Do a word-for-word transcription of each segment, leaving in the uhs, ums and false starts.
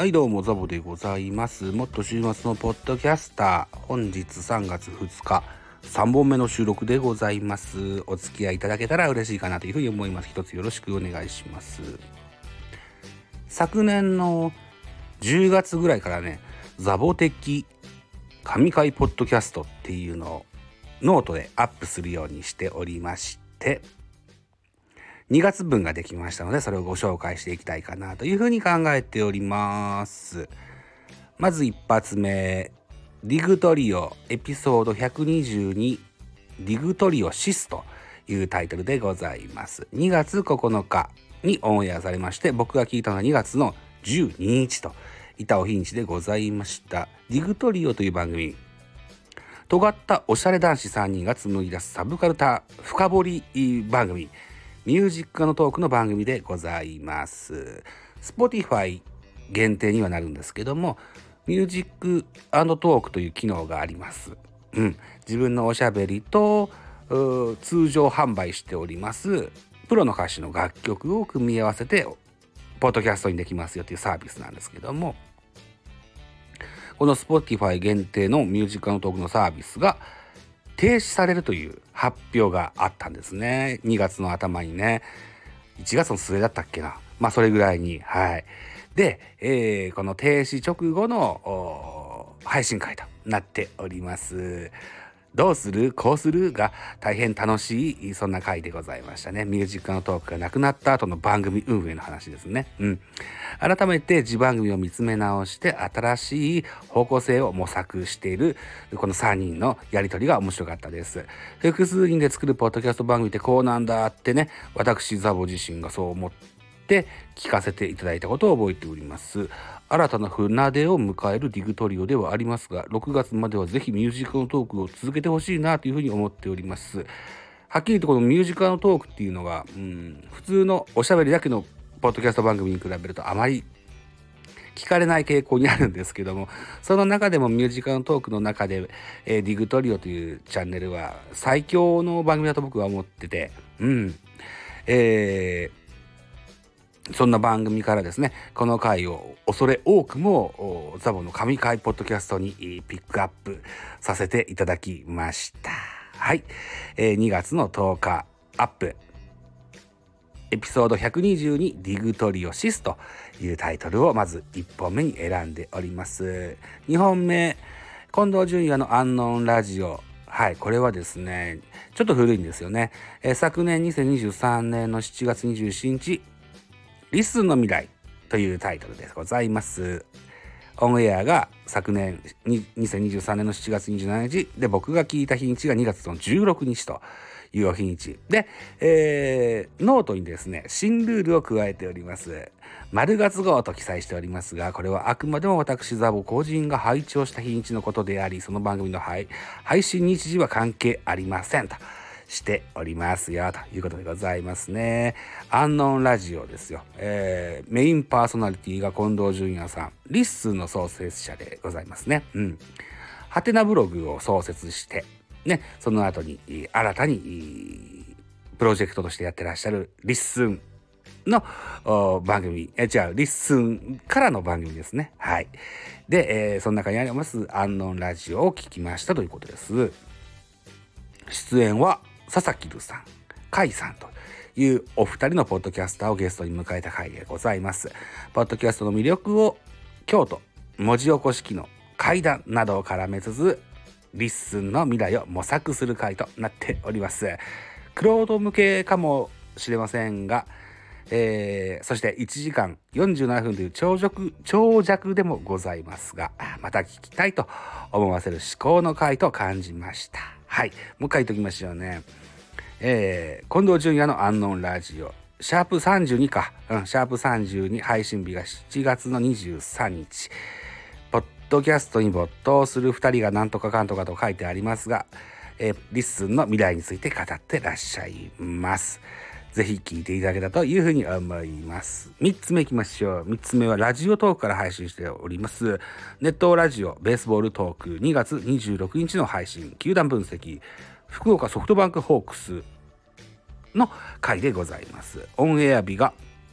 はいどうもザボでございます。もっと週末のポッドキャスター、本日さんがつふつかさんぼんめの収録でございます。お付き合いいただけたら嬉しいかなというふうに思います。一つよろしくお願いします。昨年のじゅうがつぐらいからね、ザボ的神回ポッドキャストっていうのをノートでアップするようにしておりまして、にがつぶんができましたので、それをご紹介していきたいかなというふうに考えております。まず一発目、ディグトリオエピソードひゃくにじゅうに、ディグトリオシスというタイトルでございます。にがつここのかにオンエアされまして、僕が聞いたのはにがつのじゅうににちといったお日にちでございました。ディグトリオという番組、尖ったおしゃれ男子さんにんが紡ぎ出すサブカルタ深掘り番組、ミュージックのトークの番組でございます。Spotify 限定にはなるんですけども、ミュージック&トークという機能があります。うん、自分のおしゃべりと通常販売しておりますプロの歌手の楽曲を組み合わせてポッドキャストにできますよというサービスなんですけども、この Spotify 限定のミュージック&トークのサービスが停止されるという発表があったんですね。にがつの頭にね、いちがつの末だったっけな、まあそれぐらいに、はいで、えー、この停止直後の配信会となっております。どうするこうするが大変楽しい、そんな回でございましたね。ミュージックのトークがなくなった後の番組運営の話ですね。うん。改めて自番組を見つめ直して新しい方向性を模索しているこのさんにんのやりとりが面白かったです。複数人で作るポッドキャスト番組ってこうなんだってね、私ザボ自身がそう思って聞かせていただいたことを覚えております。新たな船出を迎えるディグトリオではありますが、ろくがつまではぜひミュージックのトークを続けてほしいなというふうに思っております。はっきりとこのミュージックのトークっていうのが、うん、普通のおしゃべりだけのポッドキャスト番組に比べるとあまり聞かれない傾向にあるんですけども、その中でもミュージックのトークの中で、えー、ディグトリオというチャンネルは最強の番組だと僕は思ってて、うん、えーそんな番組からですね、この回を恐れ多くもザボの神回ポッドキャストにピックアップさせていただきました。はい、えー、にがつのとおかアップ、エピソードひゃくにじゅうにディグトリオシスというタイトルをまずいっぽんめに選んでおります。にほんめ、近藤淳也のアンノーンラジオ。はい、これはですね、ちょっと古いんですよね。えー、昨年にせんにじゅうさんねんのしちがつにじゅうしちにち、リスンの未来というタイトルでございます。オンエアが昨年にせんにじゅうさんねんのしちがつにじゅうしちにちで、僕が聞いた日にちがにがつのじゅうろくにちというお日にちで、えー、ノートにですね新ルールを加えております。丸月号と記載しておりますが、これはあくまでも私ザボ個人が配置をした日にちのことであり、その番組の配配信日時は関係ありませんとしておりますよということでございますね。アンノーンラジオですよ、えー、メインパーソナリティが近藤淳也さん、リッスンの創設者でございますね。うん。ハテナブログを創設してね、その後に新たにプロジェクトとしてやってらっしゃるリッスンの番組、え違うリッスンからの番組ですね。はい。で、えー、その中にありますアンノーンラジオを聞きましたということです。出演は佐々木留さん、甲斐さんというお二人のポッドキャスターをゲストに迎えた回でございます。ポッドキャストの魅力を京都文字起こし機能、怪談などを絡めつつリッスンの未来を模索する回となっております。クロード向けかもしれませんが、えー、そしていちじかんよんじゅうななふんという長尺長尺でもございますが、また聞きたいと思わせる至高の回と感じました。はい、もう一回言っときましょうね。えー、近藤淳也のアンノーンラジオシャープさんじゅうにか、うん、シャープさんじゅうに、配信日がしちがつのにじゅうさんにち。ポッドキャストに没頭するふたりがなんとかかんとかと書いてありますが、えー、リッスンの未来について語ってらっしゃいます。ぜひ聞いていただけたというふうに思います。みっつめいきましょう。みっつめはラジオトークから配信しておりますネットラジオベースボールトークにがつにじゅうろくにちの配信、球団分析福岡ソフトバンクホークスの回でございます。オンエア日が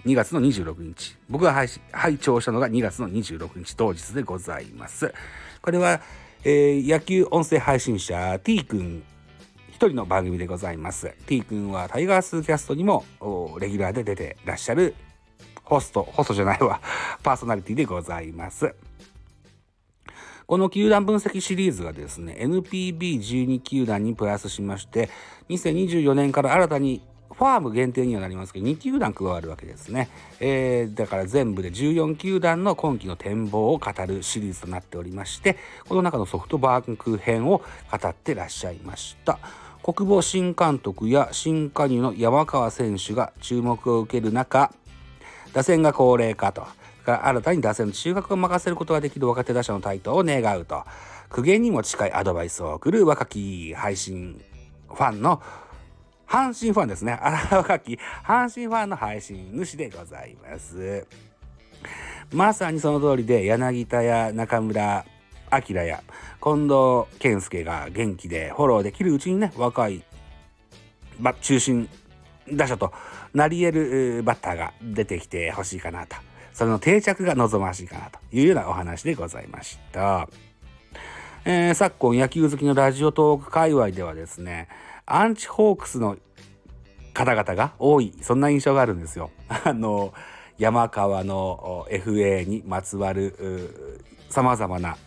にがつのにじゅうろくにち、僕が配信拝聴したのがにがつのにじゅうろくにち当日でございます。これは、えー、野球音声配信者 T 君一人の番組でございます。 T 君はタイガースキャストにもレギュラーで出てらっしゃるホストホストじゃないわパーソナリティでございます。この球団分析シリーズがですね エヌピービーじゅうに 球団にプラスしまして、にせんにじゅうよねんから新たにファーム限定にはなりますけどに球団加わるわけですね、えー、だから全部でじゅうよん球団の今季の展望を語るシリーズとなっておりまして、この中のソフトバンク編を語ってらっしゃいました。国母新監督や新加入の山川選手が注目を受ける中、打線が高齢化と新たに打線の中核を任せることができる若手打者の台頭を願うと、苦言にも近いアドバイスを送る若き配信ファンの阪神ファンですね。若き阪神ファンの配信主でございます。まさにその通りで、柳田や中村晃や近藤健介が元気でフォローできるうちにね、若い中心打者となり得るバッターが出てきてほしいかなと、それの定着が望ましいかなというようなお話でございました。えー、昨今野球好きのラジオトーク界隈ではですね、アンチホークスの方々が多い、そんな印象があるんですよ。あの山川の エフエー にまつわるさまざまな、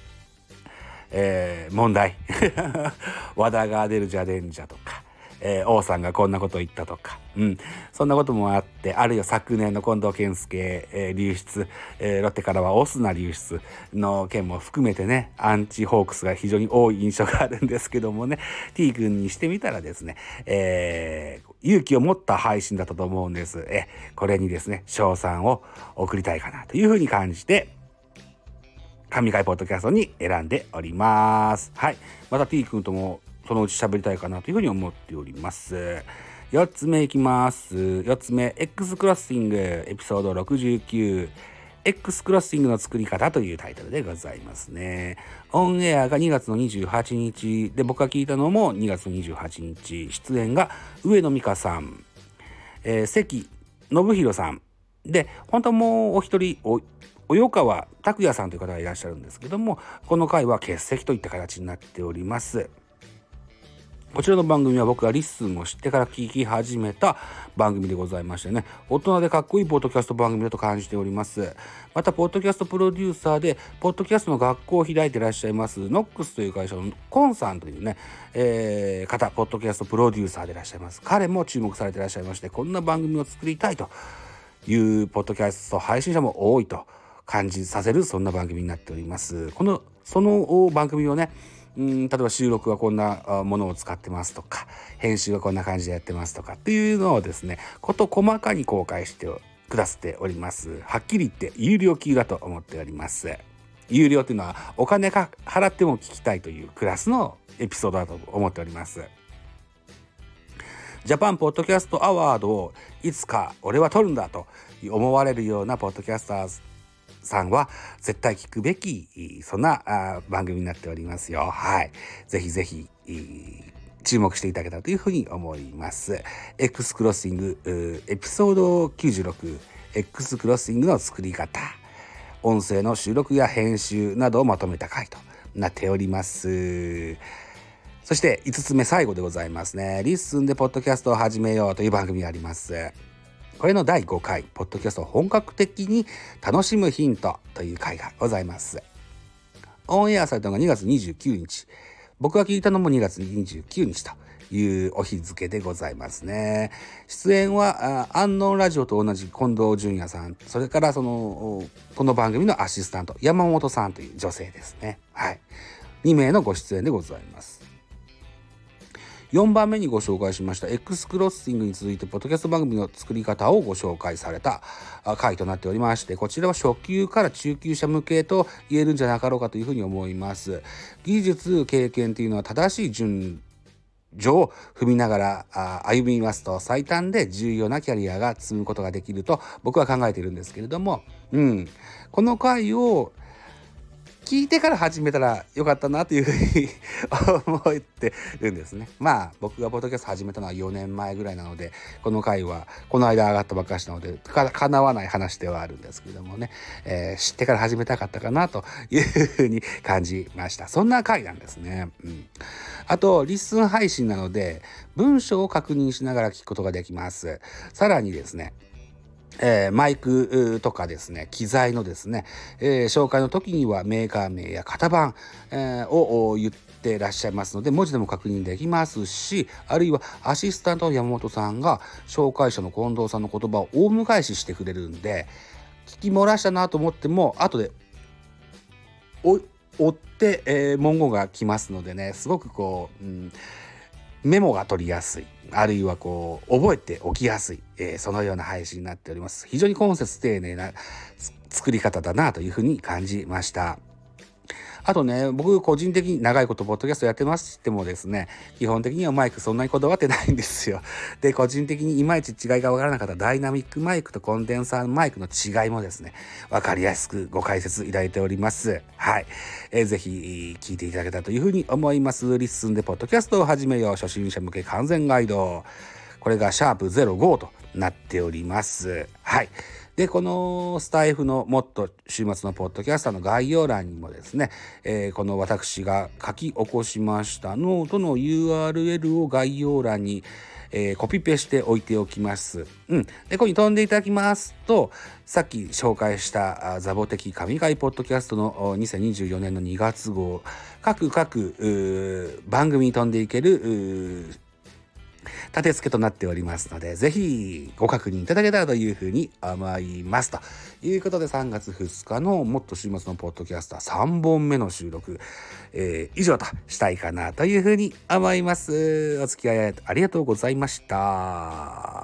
えー、問題和田が出るじゃでんじゃとか、えー、王さんがこんなこと言ったとか、うん、そんなこともあって、あるいは昨年の近藤健介、えー、流出、えー、ロッテからはオスナ流出の件も含めてね、アンチホークスが非常に多い印象があるんですけどもね、 T 君にしてみたらですね、えー、勇気を持った配信だったと思うんです。えこれにですね称賛を送りたいかなというふうに感じて、神回ポッドキャストに選んでおります。はい、また T 君ともそのうち喋りたいかなというふうに思っております。よっつめいきます。よっつめ、 X クロッシングエピソードろくじゅうきゅう、 X クロッシングの作り方というタイトルでございますね。オンエアがにがつのにじゅうはちにちで、僕が聞いたのもにがつのにじゅうはちにち、出演が上野美香さん、えー、関信弘さんで、本当はもうお一人お及川拓也さんという方がいらっしゃるんですけども、この回は欠席といった形になっております。こちらの番組は僕がリッスンを知ってから聞き始めた番組でございましてね、大人でかっこいいポッドキャスト番組だと感じております。またポッドキャストプロデューサーでポッドキャストの学校を開いていらっしゃいますノックスという会社のコンさんというね、えー、方、ポッドキャストプロデューサーでいらっしゃいます。彼も注目されていらっしゃいまして、こんな番組を作りたいというポッドキャスト配信者も多いと感じさせる、そんな番組になっております。このその番組をね、うん例えば収録はこんなものを使ってますとか、編集はこんな感じでやってますとかっていうのをですね、こと細かに公開してくださっております。はっきり言って有料級だと思っております。有料というのはお金か払っても聞きたいというクラスのエピソードだと思っております。ジャパンポッドキャストアワードをいつか俺は取るんだと思われるようなポッドキャスターさんは絶対聞くべき、そんな番組になっておりますよ。はい、ぜひぜひ注目していただけたらというふうに思います。 X クロッシングエピソードきゅうじゅうろく、 X クロッシングの作り方、音声の収録や編集などをまとめた回となっております。そしていつつめ、最後でございますね。リッスンでポッドキャストを始めようという番組があります。これのだいごかい、ポッドキャストを本格的に楽しむヒントという回がございます。オンエアされたのがにがつにじゅうくにち、僕が聞いたのもにがつにじゅうくにちというお日付でございますね。出演はアンノンラジオと同じ近藤淳也さん、それからそのこの番組のアシスタント山本さんという女性ですね。はい、にめいのご出演でございます。よんばんめにご紹介しました X クロッシングに続いてポッドキャスト番組の作り方をご紹介された回となっておりまして、こちらは初級から中級者向けと言えるんじゃなかろうかというふうに思います。技術経験というのは正しい順序を踏みながら歩みますと、最短で重要なキャリアが積むことができると僕は考えているんですけれども、うん、この回を聞いてから始めたらよかったなというふうに思ってるんですね。まあ僕がポッドキャスト始めたのはよねんまえぐらいなので、この回はこの間上がったばっかしなのでか叶わない話ではあるんですけどもね、えー、知ってから始めたかったかなというふうに感じました。そんな回なんですね。うん、あとリッスン配信なので文章を確認しながら聞くことができます。さらにですね、えー、マイクとかですね、機材のですね、えー、紹介の時にはメーカー名や型番、えー、を言ってらっしゃいますので、文字でも確認できますし、あるいはアシスタントの山本さんが紹介者の近藤さんの言葉を大迎えししてくれるんで、聞き漏らしたなと思っても後で追って、えー、文言が来ますのでね、すごくこう、うんメモが取りやすい、あるいはこう覚えておきやすい、えー、そのような配信になっております。非常に今節丁寧な作り方だなというふうに感じました。あとね、僕個人的に長いことポッドキャストやってましてもですね、基本的にはマイクそんなにこだわってないんですよ。で、個人的にいまいち違いがわからなかったダイナミックマイクとコンデンサーマイクの違いもですね、わかりやすくご解説いただいております。はい。えー、ぜひ聞いていただけたらというふうに思います。リッスンでポッドキャストを始めよう。初心者向け完全ガイド。これがシャープゼロごとなっております。はい。で、このスタイフのもっと週末のポッドキャスターの概要欄にもですね、えー、この私が書き起こしましたノートの ユーアールエル を概要欄に、えー、コピペしておいておきます。うん。で、ここに飛んでいただきますと、さっき紹介したザボ的神回ポッドキャストのにせんにじゅうよねんのにがつ号、各各番組に飛んでいける立て付けとなっておりますので、ぜひご確認いただけたらというふうに思います。ということでさんがつふつかのもっと週末のポッドキャスターさんぼんめの収録、えー、以上としたいかなというふうに思います。お付き合いありがとうございました。